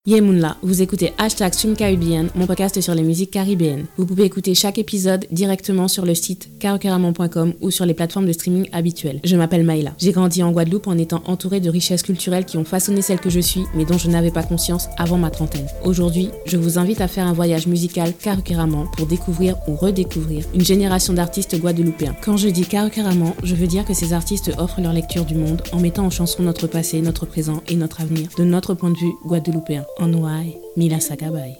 Yemunla, vous écoutez Hashtag Stream Caribbean, mon podcast sur les musiques caribéennes. Vous pouvez écouter chaque épisode directement sur le site karokeramon.com ou sur les plateformes de streaming habituelles. Je m'appelle Maïla. J'ai grandi en Guadeloupe en étant entourée de richesses culturelles qui ont façonné celle que je suis, mais dont je n'avais pas conscience avant ma trentaine. Aujourd'hui, je vous invite à faire un voyage musical Karokeramon pour découvrir ou redécouvrir une génération d'artistes guadeloupéens. Quand je dis Karokeramon, je veux dire que ces artistes offrent leur lecture du monde en mettant en chanson notre passé, notre présent et notre avenir de notre point de vue guadeloupéen. En Ouai, Mila Sakabay.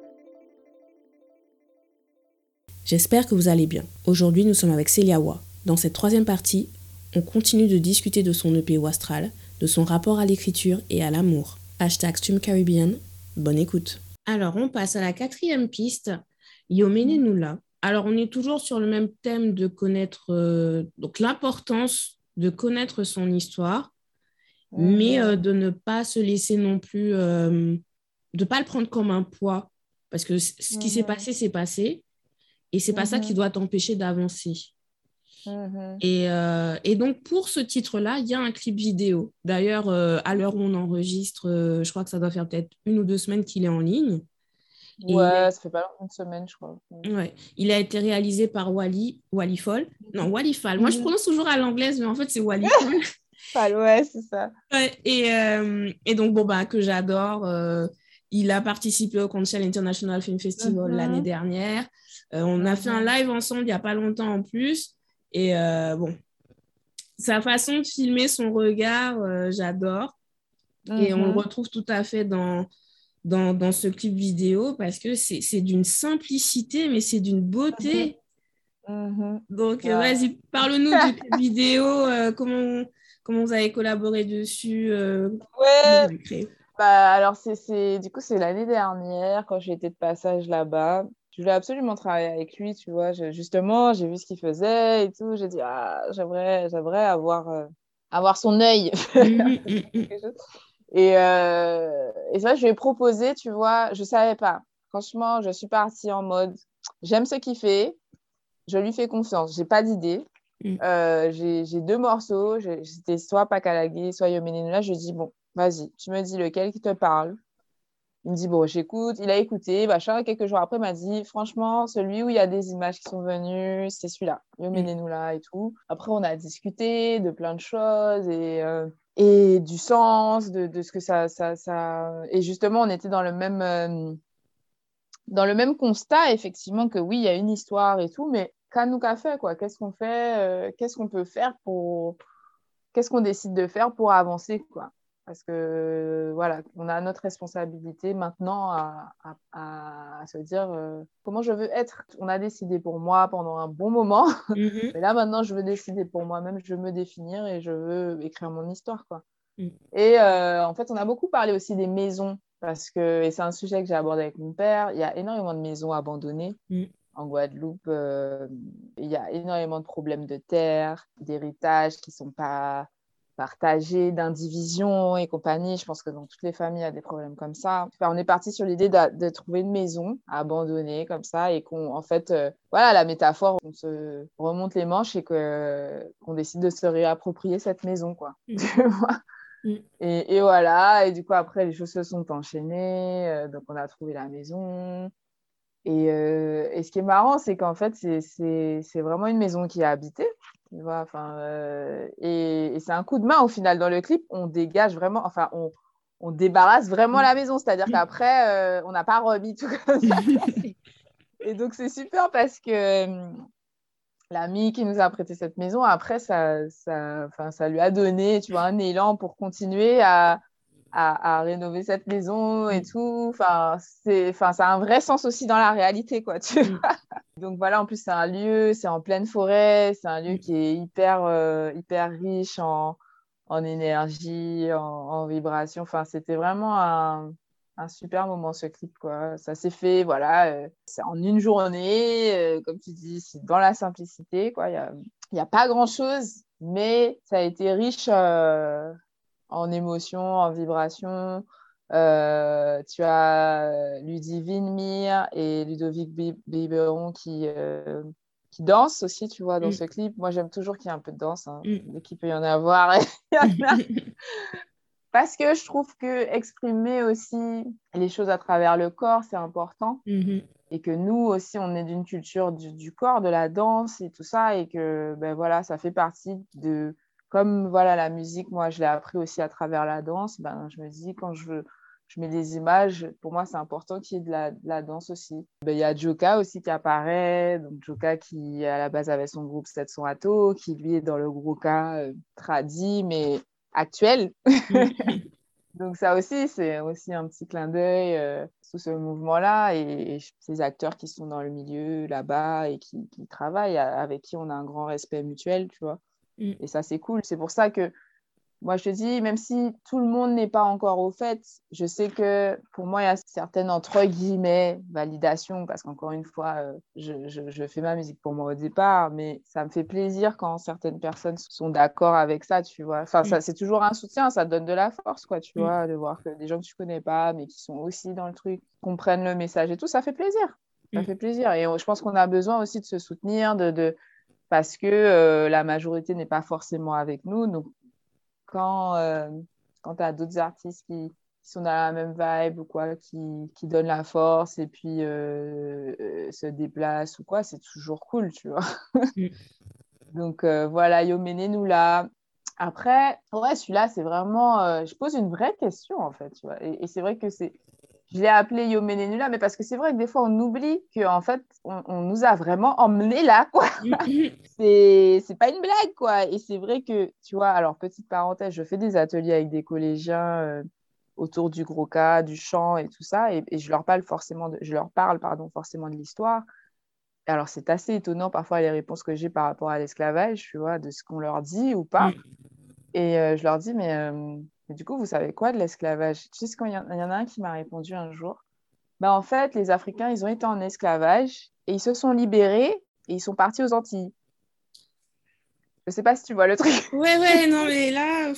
J'espère que vous allez bien. Aujourd'hui, nous sommes avec Célia Wa. Dans cette troisième partie, on continue de discuter de son EP Wastral, de son rapport à l'écriture et à l'amour. Hashtag Stream Caribbean, bonne écoute. Alors, on passe à la quatrième piste, Yomene Nula. Alors, on est toujours sur le même thème de connaître, donc l'importance de connaître son histoire, mais de ne pas se laisser non plus, de ne pas le prendre comme un poids, parce que ce qui s'est passé, et c'est pas ça qui doit t'empêcher d'avancer. Et donc, pour ce titre-là, il y a un clip vidéo. D'ailleurs, à l'heure où on enregistre, je crois que ça doit faire peut-être 1 ou 2 semaines qu'il est en ligne. Ouais, ça fait pas longtemps, 1 semaine, je crois. Ouais. Il a été réalisé par Wally Fall. Non, Wally Fall. Moi, je prononce toujours à l'anglaise, mais en fait, c'est Wally Fall. Ouais, c'est ça. Ouais, et donc, bon, bah, que j'adore. Il a participé au Coachella International Film Festival l'année dernière. On a fait un live ensemble il n'y a pas longtemps en plus. Et bon, sa façon de filmer son regard, j'adore. Et on le retrouve tout à fait dans ce clip vidéo parce que c'est d'une simplicité, mais c'est d'une beauté. Donc, vas-y, parle-nous du clip vidéo. Comment vous avez collaboré dessus Ouais. Bah, alors, du coup, c'est l'année dernière, quand j'ai été de passage là-bas. Je voulais absolument travailler avec lui, tu vois. Justement, j'ai vu ce qu'il faisait et tout. J'ai dit, j'aimerais avoir son œil. Et c'est vrai, je lui ai proposé, tu vois, je ne savais pas. Franchement, je suis partie en mode, j'aime ce qu'il fait, je lui fais confiance. Je n'ai pas d'idée. J'ai 2 morceaux. C'était soit Pakalagé, soit Yomene Nula. Je lui ai dit, bon, vas-y, tu me dis lequel qui te parle. Il me dit, bon, j'écoute. Il a écouté. Quelques jours après, il m'a dit, franchement, celui où il y a des images qui sont venues, c'est celui-là, Yomene Nula et tout. Après, on a discuté de plein de choses et du sens, de ce que ça... Et justement, on était dans le même constat, effectivement, que oui, il y a une histoire et tout, mais qu'à-nous qu'a fait, quoi. Qu'est-ce qu'on fait, qu'est-ce qu'on peut faire qu'est-ce qu'on décide de faire pour avancer, quoi. Parce que, voilà, on a notre responsabilité maintenant à se dire comment je veux être. On a décidé pour moi pendant un bon moment, mais là, maintenant, je veux décider pour moi-même, je veux me définir et je veux écrire mon histoire, quoi. Et en fait, on a beaucoup parlé aussi des maisons, et c'est un sujet que j'ai abordé avec mon père. Il y a énormément de maisons abandonnées en Guadeloupe. Il y a énormément de problèmes de terre, d'héritage qui ne sont pas partagés, d'indivision et compagnie. Je pense que dans toutes les familles, il y a des problèmes comme ça. Enfin, on est parti sur l'idée de trouver une maison abandonnée comme ça et en fait, voilà la métaphore, on se remonte les manches et qu'on décide de se réapproprier cette maison, quoi. Tu vois. Et voilà, et du coup, après, les choses se sont enchaînées, donc on a trouvé la maison. Et ce qui est marrant, c'est qu'en fait, c'est vraiment une maison qui est habitée, tu vois, enfin, et c'est un coup de main, au final, dans le clip, on dégage vraiment, enfin, on débarrasse vraiment la maison, c'est-à-dire qu'après, on n'a pas remis tout comme ça. Et donc, c'est super parce que l'ami qui nous a prêté cette maison, après, ça lui a donné, tu vois, un élan pour continuer à rénover cette maison et tout. Enfin, ça a un vrai sens aussi dans la réalité, quoi, tu vois. Donc voilà, en plus, c'est en pleine forêt, c'est un lieu qui est hyper riche en énergie, en vibration. Enfin, c'était vraiment un super moment, ce clip, quoi. Ça s'est fait, voilà, c'est en une journée, comme tu dis, c'est dans la simplicité, quoi. Il y a pas grand-chose, mais ça a été riche en émotions, en vibrations. Tu as Ludivine Mir et Ludovic Biberon qui dansent aussi, tu vois, dans ce clip. Moi, j'aime toujours qu'il y ait un peu de danse, hein. Dès qu'il peut y en avoir, il y en a. Parce que je trouve que exprimer aussi les choses à travers le corps, c'est important. Et que nous aussi, on est d'une culture du corps, de la danse et tout ça. Et que ben, voilà, ça fait partie de... Comme voilà, la musique, moi, je l'ai appris aussi à travers la danse. Ben, je me dis, quand je mets des images, pour moi, c'est important qu'il y ait de la danse aussi. Ben, il y a Joka aussi qui apparaît. Donc, Joka qui, à la base, avait son groupe 700 Atto, qui, lui, est dans le Grouka tradi, mais actuel. Donc ça aussi, c'est aussi un petit clin d'œil sous ce mouvement-là et ces acteurs qui sont dans le milieu là-bas et qui travaillent, avec qui on a un grand respect mutuel, tu vois. Et ça, c'est cool. C'est pour ça que moi, je te dis, même si tout le monde n'est pas encore au fait, je sais que pour moi, il y a certaines, entre guillemets, validations, parce qu'encore une fois, je fais ma musique pour moi au départ, mais ça me fait plaisir quand certaines personnes sont d'accord avec ça, tu vois. Enfin, ça, c'est toujours un soutien, ça donne de la force, quoi, tu vois, de voir que des gens que tu connais pas, mais qui sont aussi dans le truc, comprennent le message et tout, ça fait plaisir. Ça fait plaisir. Et je pense qu'on a besoin aussi de se soutenir, parce que la majorité n'est pas forcément avec nous, donc quand tu as d'autres artistes qui sont dans la même vibe ou quoi, qui donnent la force et puis se déplacent ou quoi, c'est toujours cool, tu vois. Donc voilà, Yomene nous là. Après, ouais, celui-là, c'est vraiment... je pose une vraie question, en fait, tu vois. Et c'est vrai que c'est... Je l'ai appelé Yomene Nula, mais parce que c'est vrai que des fois, on oublie qu'en fait, on nous a vraiment emmenés là, quoi. C'est pas une blague, quoi. Et c'est vrai que, tu vois, alors, petite parenthèse, je fais des ateliers avec des collégiens autour du gros cas, du chant et tout ça, et je leur parle forcément forcément de l'histoire. Alors, c'est assez étonnant parfois les réponses que j'ai par rapport à l'esclavage, tu vois, de ce qu'on leur dit ou pas. Et je leur dis, mais du coup, vous savez quoi de l'esclavage? Tu sais, il y en a un qui m'a répondu un jour, bah, en fait, les Africains, ils ont été en esclavage et ils se sont libérés et ils sont partis aux Antilles. Je sais pas si tu vois le truc. Ouais, non, mais là,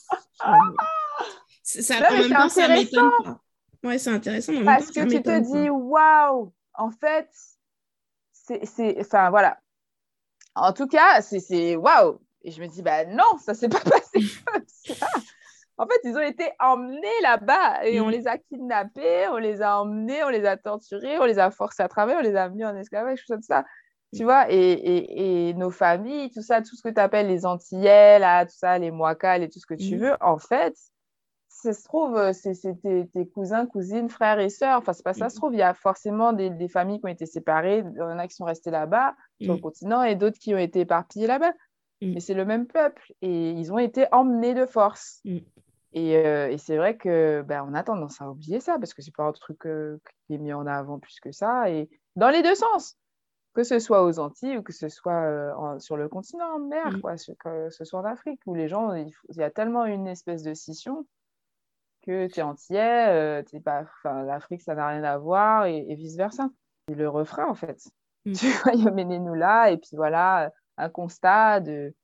ça, Non, en mais même c'est temps, ça intéressant m'étonne pas. Ouais, c'est intéressant, mais en même temps, parce ça que tu te m'étonne pas. dis, waouh, en fait, enfin, voilà. En tout cas, c'est waouh. Et je me dis, bah non, ça s'est pas passé comme ça. En fait, ils ont été emmenés là-bas et on les a kidnappés, on les a emmenés, on les a torturés, on les a forcés à travailler, on les a mis en esclavage, tout ça. Tu vois, et nos familles, tout ça, tout ce que tu appelles les Antillais, là, tout ça, les Moakales et tout ce que tu veux, en fait, ça se trouve, c'est tes cousins, cousines, frères et sœurs. Enfin, c'est pas ça se trouve. Il y a forcément des familles qui ont été séparées. Il y en a qui sont restées là-bas, sur le continent, et d'autres qui ont été éparpillées là-bas. Mais c'est le même peuple. Et ils ont été emmenés de force. Et c'est vrai que on a tendance à oublier ça, parce que c'est pas un truc qui est mis en avant plus que ça. Et dans les deux sens, que ce soit aux Antilles ou que ce soit sur le continent en mer, quoi, que ce soit en Afrique, où les gens, il y a tellement une espèce de scission que tu es antillais, t'es pas, enfin, l'Afrique, ça n'a rien à voir, et vice-versa. C'est le refrain, en fait. Tu vois, Yomene là, et puis voilà, un constat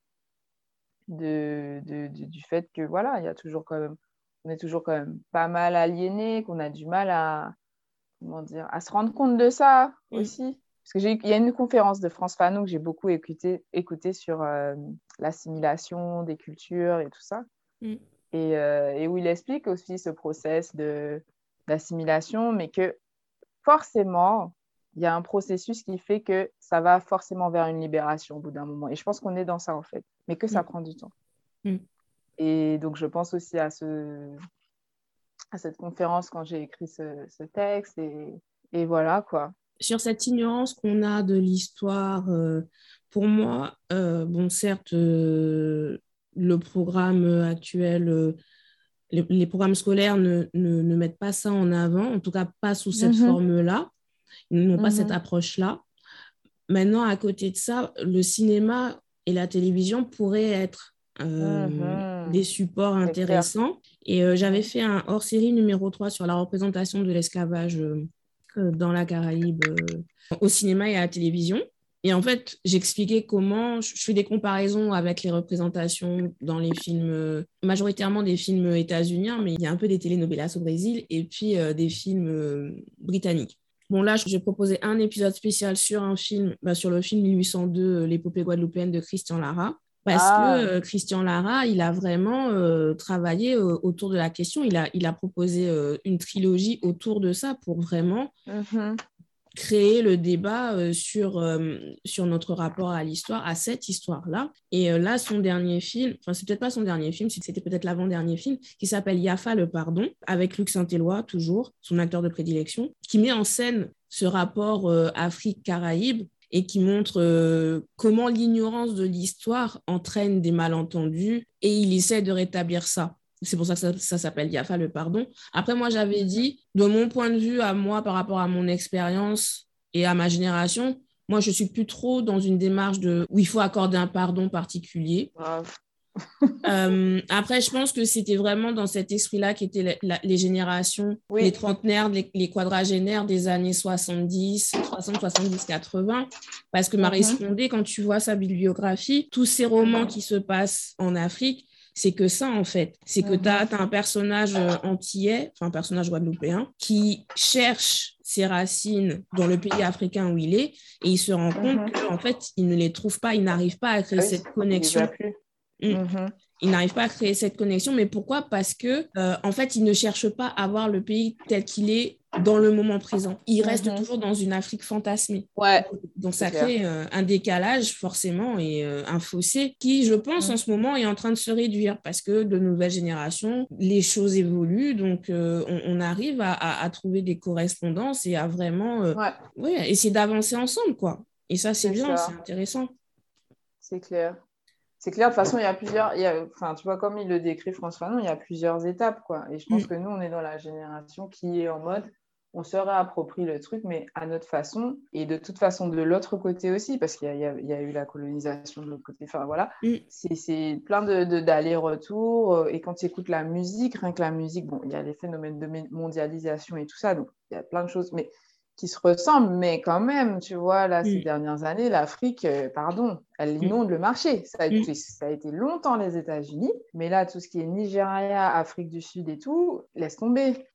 du fait que, voilà, il y a toujours quand même, on est toujours quand même pas mal aliénés, qu'on a du mal à, comment dire, à se rendre compte de ça aussi. Parce que il y a une conférence de France Fanon que j'ai beaucoup écouté sur l'assimilation des cultures et tout ça. Et où il explique aussi ce process d'assimilation, mais que forcément, il y a un processus qui fait que ça va forcément vers une libération au bout d'un moment. Et je pense qu'on est dans ça, en fait, mais que ça prend du temps. Et donc, je pense aussi à cette conférence quand j'ai écrit ce texte, et voilà, quoi. Sur cette ignorance qu'on a de l'histoire, pour moi, bon, certes, le programme actuel, les programmes scolaires ne mettent pas ça en avant, en tout cas pas sous cette forme-là. Ils n'ont pas cette approche-là. Maintenant, à côté de ça, le cinéma et la télévision pourraient être des supports intéressants. Et j'avais fait un hors-série numéro 3 sur la représentation de l'esclavage dans la Caraïbe, au cinéma et à la télévision. Et en fait, j'expliquais comment je fais des comparaisons avec les représentations dans les films, majoritairement des films états-uniens, mais il y a un peu des telenovelas au Brésil et puis des films britanniques. Bon, là, j'ai proposé un épisode spécial sur un film, sur le film 1802, L'épopée guadeloupéenne de Christian Lara. Parce que Christian Lara, il a vraiment travaillé autour de la question. Il a proposé une trilogie autour de ça pour vraiment créer le débat sur notre rapport à l'histoire, à cette histoire-là. Et là, son dernier film, enfin, c'est peut-être pas son dernier film, c'était peut-être l'avant-dernier film, qui s'appelle Yafa le pardon, avec Luc Saint-Éloi, toujours, son acteur de prédilection, qui met en scène ce rapport Afrique-Caraïbes et qui montre comment l'ignorance de l'histoire entraîne des malentendus, et il essaie de rétablir ça. C'est pour ça que ça s'appelle Yafa le pardon. Après, moi, j'avais dit, de mon point de vue à moi, par rapport à mon expérience et à ma génération, moi, je suis plus trop dans une démarche où il faut accorder un pardon particulier. Après, je pense que c'était vraiment dans cet esprit-là qu'étaient les générations, les trentenaires, les quadragénaires des années 70, 60, 70, 80. Parce que Marie Scondé, quand tu vois sa bibliographie, tous ces romans qui se passent en Afrique, c'est que ça, en fait. C'est que tu as un personnage antillais, enfin un personnage guadeloupéen, qui cherche ses racines dans le pays africain où il est, et il se rend compte qu'en fait, il ne les trouve pas, il n'arrive pas à créer cette connexion. Il n'arrive pas à créer cette connexion, mais pourquoi? Parce que en fait, il ne cherche pas à voir le pays tel qu'il est dans le moment présent. Il reste toujours dans une Afrique fantasmée. Donc ça crée un décalage forcément et un fossé qui, je pense, en ce moment est en train de se réduire parce que de nouvelles générations, les choses évoluent, donc on arrive à trouver des correspondances et à vraiment essayer d'avancer ensemble, quoi. Et ça, c'est bien, c'est intéressant. C'est clair. C'est clair, de toute façon, il y a plusieurs. Enfin, tu vois, comme il le décrit François Fanon, il y a plusieurs étapes, quoi. Et je pense que nous, on est dans la génération qui est en mode, on se réapproprie le truc, mais à notre façon. Et de toute façon, de l'autre côté aussi, parce qu'il y a eu la colonisation de l'autre côté. Enfin, voilà. C'est plein d'allers-retours. Et quand tu écoutes la musique, rien que la musique, bon, il y a les phénomènes de mondialisation et tout ça, donc il y a plein de choses. Mais qui se ressemblent, mais quand même, tu vois, là, ces dernières années, l'Afrique, elle inonde le marché. Ça a été longtemps les États-Unis, mais là, tout ce qui est Nigeria, Afrique du Sud et tout, laisse tomber.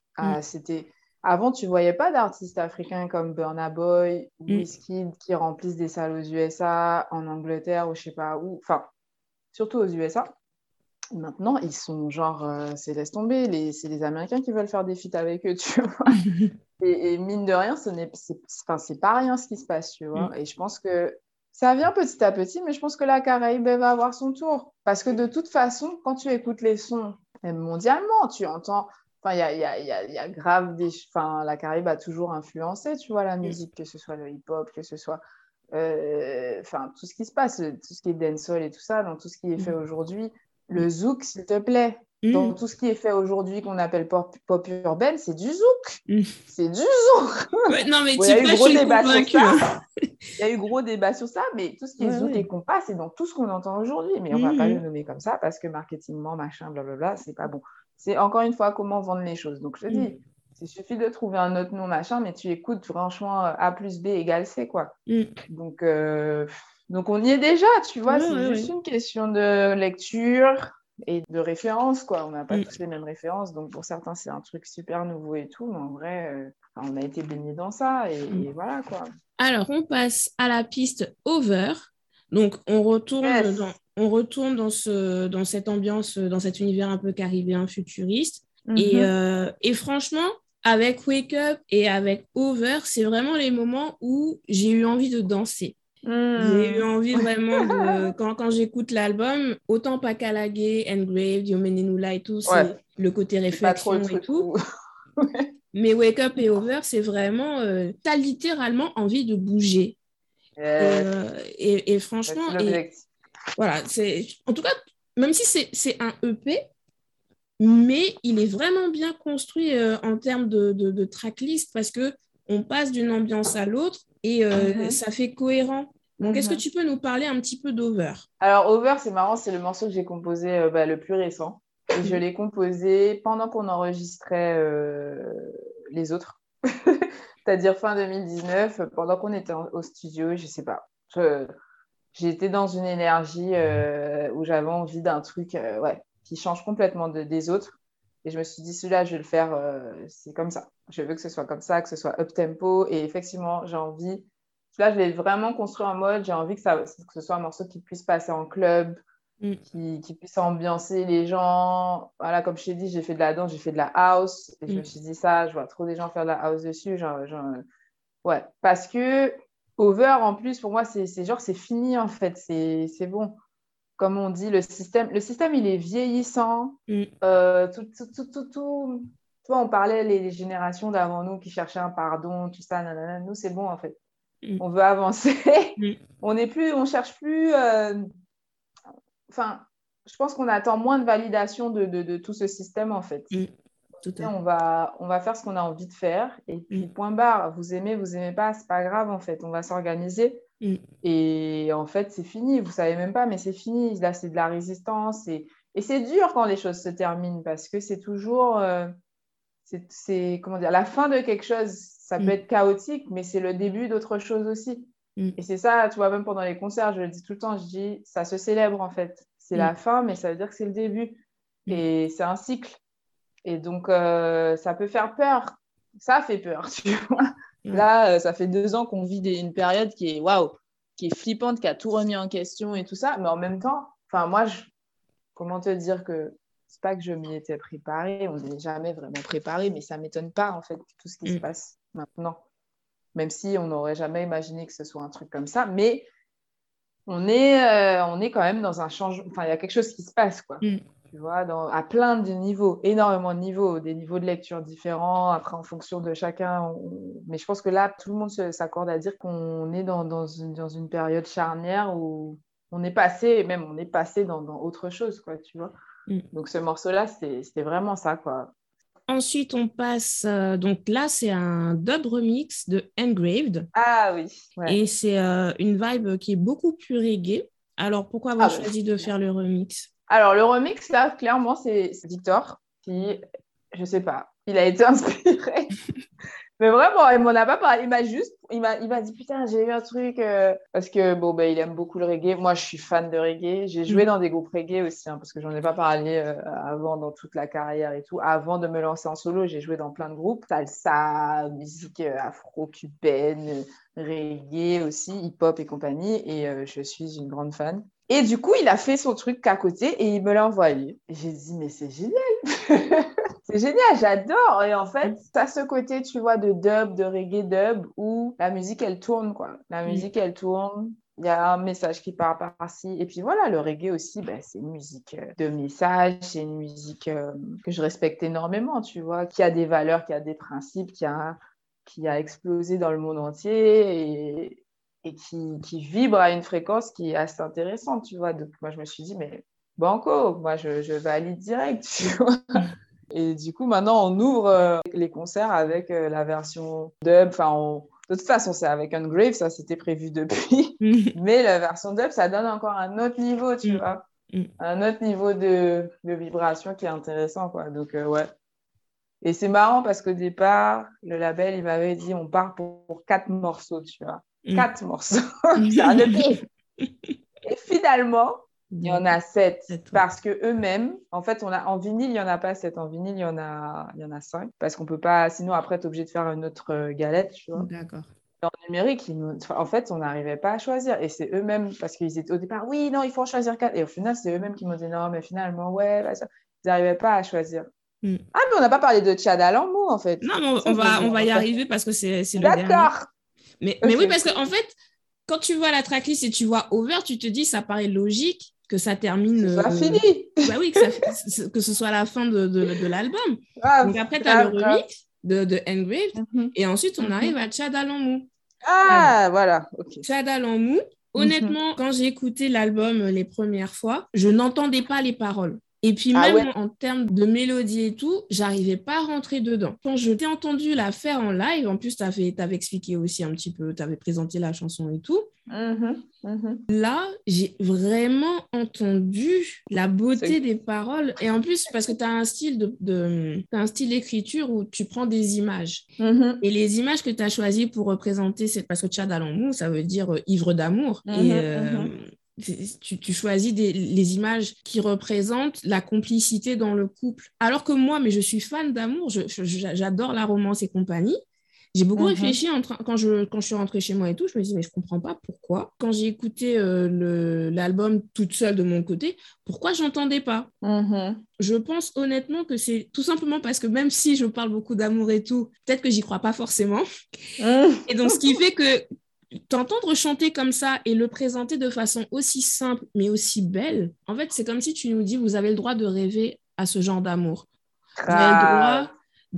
Avant, tu voyais pas d'artistes africains comme Burna Boy ou Wizkid qui remplissent des salles aux USA, en Angleterre ou je sais pas où, enfin, surtout aux USA. Maintenant, ils sont genre, c'est laisse tomber, c'est les Américains qui veulent faire des feats avec eux, tu vois. Et mine de rien, c'est pas rien ce qui se passe, tu vois. Et je pense que ça vient petit à petit, mais je pense que la Caraïbe va avoir son tour. Parce que de toute façon, quand tu écoutes les sons, même mondialement, tu entends... Enfin, il y a grave des... Enfin, la Caraïbe a toujours influencé, tu vois, la musique, que ce soit le hip-hop, que ce soit... Enfin, tout ce qui se passe, tout ce qui est dancehall et tout ça, dans tout ce qui est fait aujourd'hui. Le zouk, s'il te plaît. Dans tout ce qui est fait aujourd'hui qu'on appelle pop urbaine, c'est du zouk. C'est du zouk. Non, mais il y a eu gros débat sur ça. Il y a eu gros débat sur ça, mais tout ce qui est zouk et compas, c'est dans tout ce qu'on entend aujourd'hui. Mais on va pas le nommer comme ça parce que marketingement, machin, blablabla, c'est pas bon. C'est encore une fois comment vendre les choses. Donc, je te dis, il suffit de trouver un autre nom, machin, mais tu écoutes franchement A plus B égale C, quoi. Donc, on y est déjà, tu vois. C'est juste une question de lecture et de références, quoi. On n'a pas tous les mêmes références, donc pour certains, c'est un truc super nouveau et tout, mais en vrai, on a été baignés dans ça, et voilà, quoi. Alors, on passe à la piste Over. Donc, on retourne dans cette ambiance, dans cet univers un peu caribéen futuriste. Et franchement, avec Wake Up et avec Over, c'est vraiment les moments où j'ai eu envie de danser. J'ai eu envie vraiment de... Quand j'écoute l'album, autant Pakalagé, Engraved, Yomenenula et tout, c'est le côté réflexion et tout. Mais Wake Up et Over, c'est vraiment... t'as littéralement envie de bouger. Et franchement... voilà, en tout cas, même si c'est un EP, mais il est vraiment bien construit en termes de tracklist parce qu'on passe d'une ambiance à l'autre et ça fait cohérent. Donc, est-ce que tu peux nous parler un petit peu d'Over? Alors, Over, c'est marrant, c'est le morceau que j'ai composé le plus récent. Et je l'ai composé pendant qu'on enregistrait les autres. C'est-à-dire fin 2019, pendant qu'on était au studio, je sais pas. J'étais dans une énergie où j'avais envie d'un truc qui change complètement des autres. Et je me suis dit, celui-là, je vais le faire, c'est comme ça. Je veux que ce soit comme ça, que ce soit up-tempo. Et effectivement, j'ai envie... Là, je l'ai vraiment construit en mode, j'ai envie que ce soit un morceau qui puisse passer en club, qui puisse ambiancer les gens. Voilà, comme je t'ai dit, j'ai fait de la danse, j'ai fait de la house. Et je me suis dit ça, je vois trop des gens faire de la house dessus. Ouais, parce que over, en plus, pour moi, c'est genre, c'est fini, en fait. C'est bon. Comme on dit, le système, il est vieillissant. Tout. Tu vois, on parlait les générations d'avant nous qui cherchaient un pardon, tout ça, nanana. Nous, c'est bon, en fait. On veut avancer. On cherche plus. Enfin, je pense qu'on attend moins de validation de tout ce système, en fait. Tout à fait. On va faire ce qu'on a envie de faire. Et puis, point barre. Vous aimez pas, c'est pas grave, en fait. On va s'organiser. Et en fait, c'est fini. Vous savez même pas, mais c'est fini. Là, c'est de la résistance. Et c'est dur quand les choses se terminent parce que c'est toujours... comment dire, la fin de quelque chose, ça peut être chaotique, mais c'est le début d'autre chose aussi. Et c'est ça, tu vois, même pendant les concerts, je le dis tout le temps, je dis, ça se célèbre en fait. C'est la fin, mais ça veut dire que c'est le début. Et c'est un cycle. Et donc, ça peut faire peur. Ça fait peur, tu vois. Là, ça fait 2 ans qu'on vit une période qui est, waouh, qui est flippante, qui a tout remis en question et tout ça. Mais en même temps, enfin, moi, comment te dire que c'est pas que je m'y étais préparée, on n'est jamais vraiment préparé, mais ça m'étonne pas, en fait, tout ce qui se passe maintenant. Même si on n'aurait jamais imaginé que ce soit un truc comme ça. Mais on est quand même dans un changement. Enfin, il y a quelque chose qui se passe, quoi. Tu vois, à plein de niveaux, énormément de niveaux, des niveaux de lecture différents, après en fonction de chacun. Mais je pense que là, tout le monde s'accorde à dire qu'on est dans une période charnière où on est passé dans autre chose, quoi, tu vois. Donc ce morceau-là, c'était vraiment ça, quoi. Ensuite, on passe, donc là, c'est un dub remix de Engraved. Ah oui. Ouais. Et c'est une vibe qui est beaucoup plus reggae. Alors, pourquoi avoir choisi de faire le remix? Alors, le remix, là, clairement, c'est Victor qui, je sais pas, il a été inspiré. Mais vraiment, il m'en a pas parlé. Il m'a dit, putain, j'ai eu un truc. Parce que, bon, ben, il aime beaucoup le reggae. Moi, je suis fan de reggae. J'ai joué dans des groupes reggae aussi, hein, parce que j'en ai pas parlé avant dans toute la carrière et tout. Avant de me lancer en solo, j'ai joué dans plein de groupes. Salsa, musique afro-cubaine, reggae aussi, hip-hop et compagnie. Et je suis une grande fan. Et du coup, il a fait son truc à côté et il me l'a envoyé. Et j'ai dit, mais c'est génial! C'est génial, j'adore. Et en fait, ça ce côté, tu vois, de dub, de reggae dub, où la musique, elle tourne, quoi. La musique, elle tourne. Il y a un message qui part par-ci. Et puis voilà, le reggae aussi, ben, c'est une musique de message, c'est une musique que je respecte énormément, tu vois, qui a des valeurs, qui a des principes, qui a explosé dans le monde entier et qui vibre à une fréquence qui est assez intéressante, tu vois. Donc moi, je me suis dit, mais banco, moi, je valide direct, tu vois. Et du coup, maintenant, on ouvre les concerts avec la version dub. Enfin, de toute façon, c'est avec Ungrave, ça c'était prévu depuis. Mais la version dub, ça donne encore un autre niveau, tu vois. Un autre niveau de vibration qui est intéressant, quoi. Donc, ouais. Et c'est marrant parce qu'au départ, le label, il m'avait dit, on part pour 4 morceaux, tu vois. 4 morceaux. C'est un EP. Et finalement, il y en a 7 parce que eux-mêmes, en fait, en vinyle, il n'y en a pas 7. En vinyle, il y en a 5 parce qu'on peut pas, sinon après, tu es obligé de faire une autre galette, tu vois. D'accord. Et en numérique, en fait, on n'arrivait pas à choisir. Et c'est eux-mêmes, parce qu'ils étaient au départ, oui, non, il faut en choisir 4. Et au final, c'est eux-mêmes qui m'ont dit, non, mais finalement, ouais, bah, ça. Ils n'arrivaient pas à choisir. Ah, mais on n'a pas parlé de Tchad Alamou, en fait. Non, mais on va y arriver parce que c'est le dernier. D'accord. Mais oui, parce qu'en fait, quand tu vois la tracklist et tu vois Over, tu te dis, ça paraît logique que ça termine. Que ce soit fini. Bah oui, que ce soit la fin de l'album. Donc après, tu as le remix de Engraved et ensuite, on arrive à Tchad Alamou. Ah, voilà. Okay. Tchad Alamou, honnêtement, quand j'ai écouté l'album les premières fois, je n'entendais pas les paroles. Et puis même en termes de mélodie et tout, j'arrivais pas à rentrer dedans. Quand je t'ai entendu la faire en live, en plus tu avais expliqué aussi un petit peu, tu avais présenté la chanson et tout. Là, j'ai vraiment entendu la beauté des paroles. Et en plus, parce que tu as un style t'as un style d'écriture où tu prends des images. Et les images que tu as choisies pour représenter, c'est parce que Tchad Alamou, ça veut dire ivre d'amour. Tu choisis les images qui représentent la complicité dans le couple. Alors que moi, mais je suis fan d'amour, j'adore la romance et compagnie, J'ai beaucoup réfléchi quand je suis rentrée chez moi et tout. Je me dis, mais je comprends pas pourquoi. Quand j'ai écouté l'album toute seule de mon côté, pourquoi j'entendais pas? Je pense honnêtement que c'est tout simplement parce que même si je parle beaucoup d'amour et tout, peut-être que j'y crois pas forcément. Et donc, ce qui fait que t'entendre chanter comme ça et le présenter de façon aussi simple mais aussi belle, en fait, c'est comme si tu nous dis, vous avez le droit de rêver à ce genre d'amour. Vous avez le droit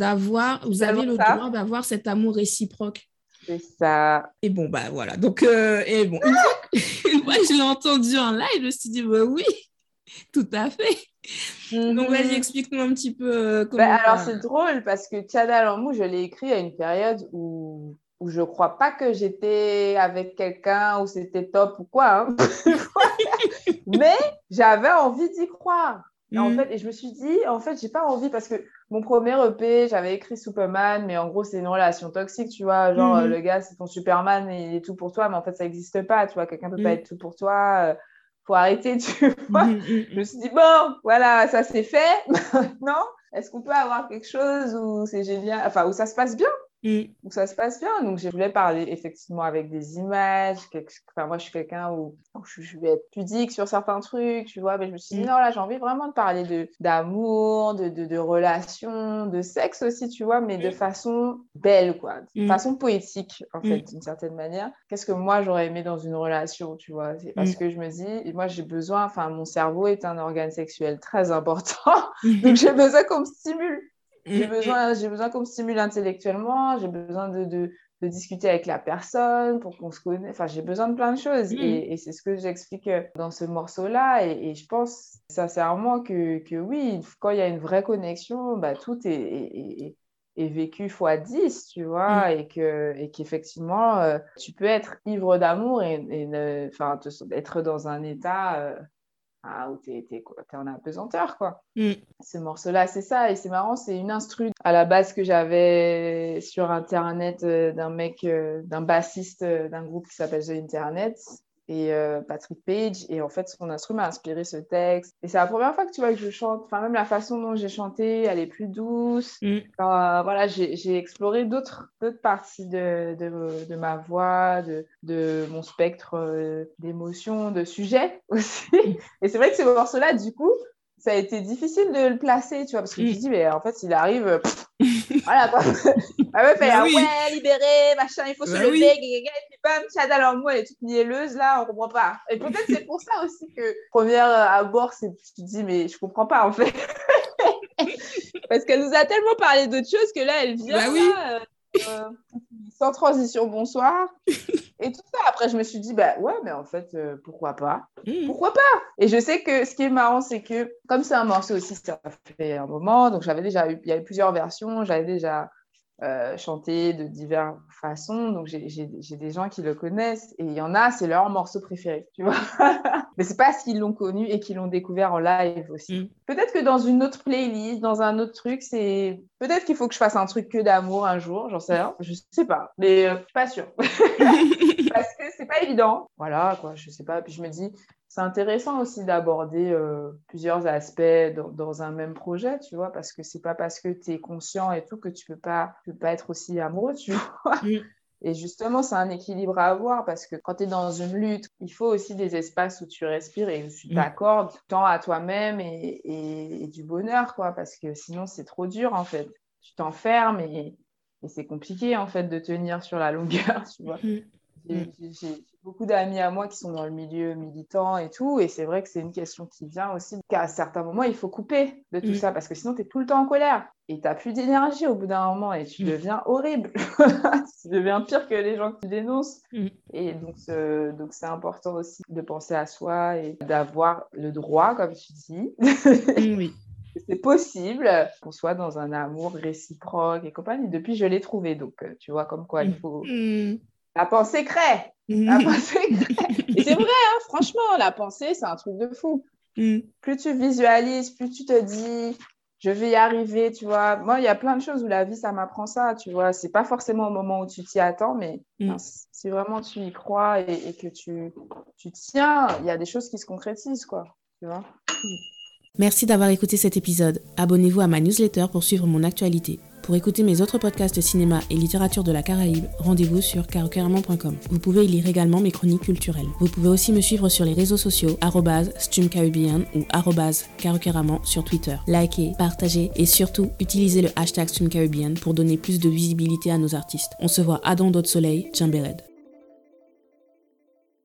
d'avoir cet amour réciproque. C'est ça. Et bon, bah voilà. Donc, et bon, une fois que je l'ai entendu en live, je me suis dit, bah oui, tout à fait. Donc, vas-y, explique-nous un petit peu comment... alors, c'est drôle parce que Tchada Lamou, je l'ai écrit à une période où je crois pas que j'étais avec quelqu'un, où c'était top ou quoi. Hein. Mais j'avais envie d'y croire. En fait, et je me suis dit, en fait, j'ai pas envie parce que mon premier EP, j'avais écrit Superman, mais en gros, c'est une relation toxique, tu vois. Genre, le gars, c'est ton Superman et il est tout pour toi, mais en fait, ça n'existe pas, tu vois. Quelqu'un peut pas être tout pour toi. Faut arrêter, tu vois. Je me suis dit, bon, voilà, ça c'est fait. Maintenant, est-ce qu'on peut avoir quelque chose où c'est génial, enfin, où ça se passe bien? Où ça se passe bien. Donc, je voulais parler effectivement avec des images. Enfin, moi, je suis quelqu'un où je vais être pudique sur certains trucs, tu vois. Mais je me suis dit, non, là, j'ai envie vraiment de parler d'amour, de relations, de sexe aussi, tu vois, mais de façon belle, quoi. De façon poétique, en fait, d'une certaine manière. Qu'est-ce que moi, j'aurais aimé dans une relation, tu vois? C'est parce que je me dis, moi, j'ai besoin, enfin, mon cerveau est un organe sexuel très important. Donc, j'ai besoin qu'on me stimule. J'ai besoin qu'on me stimule intellectuellement, j'ai besoin de discuter avec la personne pour qu'on se connaisse. Enfin, j'ai besoin de plein de choses. Et c'est ce que j'explique dans ce morceau-là. Et je pense sincèrement que oui, quand il y a une vraie connexion, bah, tout est vécu fois 10, tu vois, et qu'effectivement, tu peux être ivre d'amour et être dans un état... où t'es en apesanteur, quoi. Ce morceau-là, c'est ça. Et c'est marrant, c'est une instru à la base que j'avais sur Internet d'un bassiste d'un groupe qui s'appelle The Internet et Patrick Page. Et en fait, son instru m'a inspiré ce texte. Et c'est la première fois que tu vois que je chante. Enfin, même la façon dont j'ai chanté, elle est plus douce. Voilà, j'ai exploré d'autres parties de ma voix, de mon spectre d'émotions, de sujets aussi. Et c'est vrai que ce morceau-là, du coup, ça a été difficile de le placer, tu vois, parce que je me dis, mais en fait, il arrive, voilà, quoi. La meuf, elle est ouais, libérée, machin, il faut se lever, et puis bam, Tchada Lamou, elle est toute mielleuse, là, on comprend pas. Et peut-être c'est pour ça aussi que, premier abord, tu te dis, mais je comprends pas, en fait. Parce qu'elle nous a tellement parlé d'autres choses que là, elle vient, là, sans transition, bonsoir. Et tout ça, après, je me suis dit, bah ouais, mais en fait, pourquoi pas? Pourquoi pas? Et je sais que ce qui est marrant, c'est que, comme c'est un morceau aussi, ça fait un moment, donc il y avait plusieurs versions, j'avais déjà chanté de diverses façons, donc j'ai des gens qui le connaissent, et il y en a, c'est leur morceau préféré, tu vois. Mais c'est parce qu'ils l'ont connu et qu'ils l'ont découvert en live aussi. Peut-être que dans une autre playlist, dans un autre truc, peut-être qu'il faut que je fasse un truc que d'amour un jour, j'en sais rien, je sais pas, mais je suis pas sûre. Parce que c'est pas évident. Voilà, quoi, je sais pas. Puis je me dis, c'est intéressant aussi d'aborder plusieurs aspects dans un même projet, tu vois, parce que c'est pas parce que tu es conscient et tout que tu peux pas être aussi amoureux, tu vois. Et justement, c'est un équilibre à avoir parce que quand tu es dans une lutte, il faut aussi des espaces où tu respires et où tu t'accordes temps à toi-même et du bonheur, quoi, parce que sinon, c'est trop dur, en fait. Tu t'enfermes et c'est compliqué, en fait, de tenir sur la longueur, tu vois. J'ai beaucoup d'amis à moi qui sont dans le milieu militant et tout, et c'est vrai que c'est une question qui vient aussi qu'à certains moments, il faut couper de tout ça, parce que sinon, tu es tout le temps en colère, et tu n'as plus d'énergie au bout d'un moment, et tu deviens horrible. Tu deviens pire que les gens que tu dénonces. Et donc, c'est important aussi de penser à soi et d'avoir le droit, comme tu dis. C'est possible qu'on soit dans un amour réciproque et compagnie. Depuis, je l'ai trouvé, donc tu vois, comme quoi il faut... La pensée crée. La pensée crée. Et c'est vrai, hein, franchement, la pensée, c'est un truc de fou. Plus tu visualises, plus tu te dis, je vais y arriver, tu vois. Moi, il y a plein de choses où la vie, ça m'apprend ça, tu vois. C'est pas forcément au moment où tu t'y attends, mais si vraiment tu y crois et que tu tiens, il y a des choses qui se concrétisent, quoi. Tu vois. Merci d'avoir écouté cet épisode. Abonnez-vous à ma newsletter pour suivre mon actualité. Pour écouter mes autres podcasts de cinéma et littérature de la Caraïbe, rendez-vous sur carocaramon.com. Vous pouvez y lire également mes chroniques culturelles. Vous pouvez aussi me suivre sur les réseaux sociaux @StumCaribbean ou @carocaramon sur Twitter. Likez, partagez et surtout utilisez le hashtag StumCaribbean pour donner plus de visibilité à nos artistes. On se voit à dans d'autres soleils, Djembered.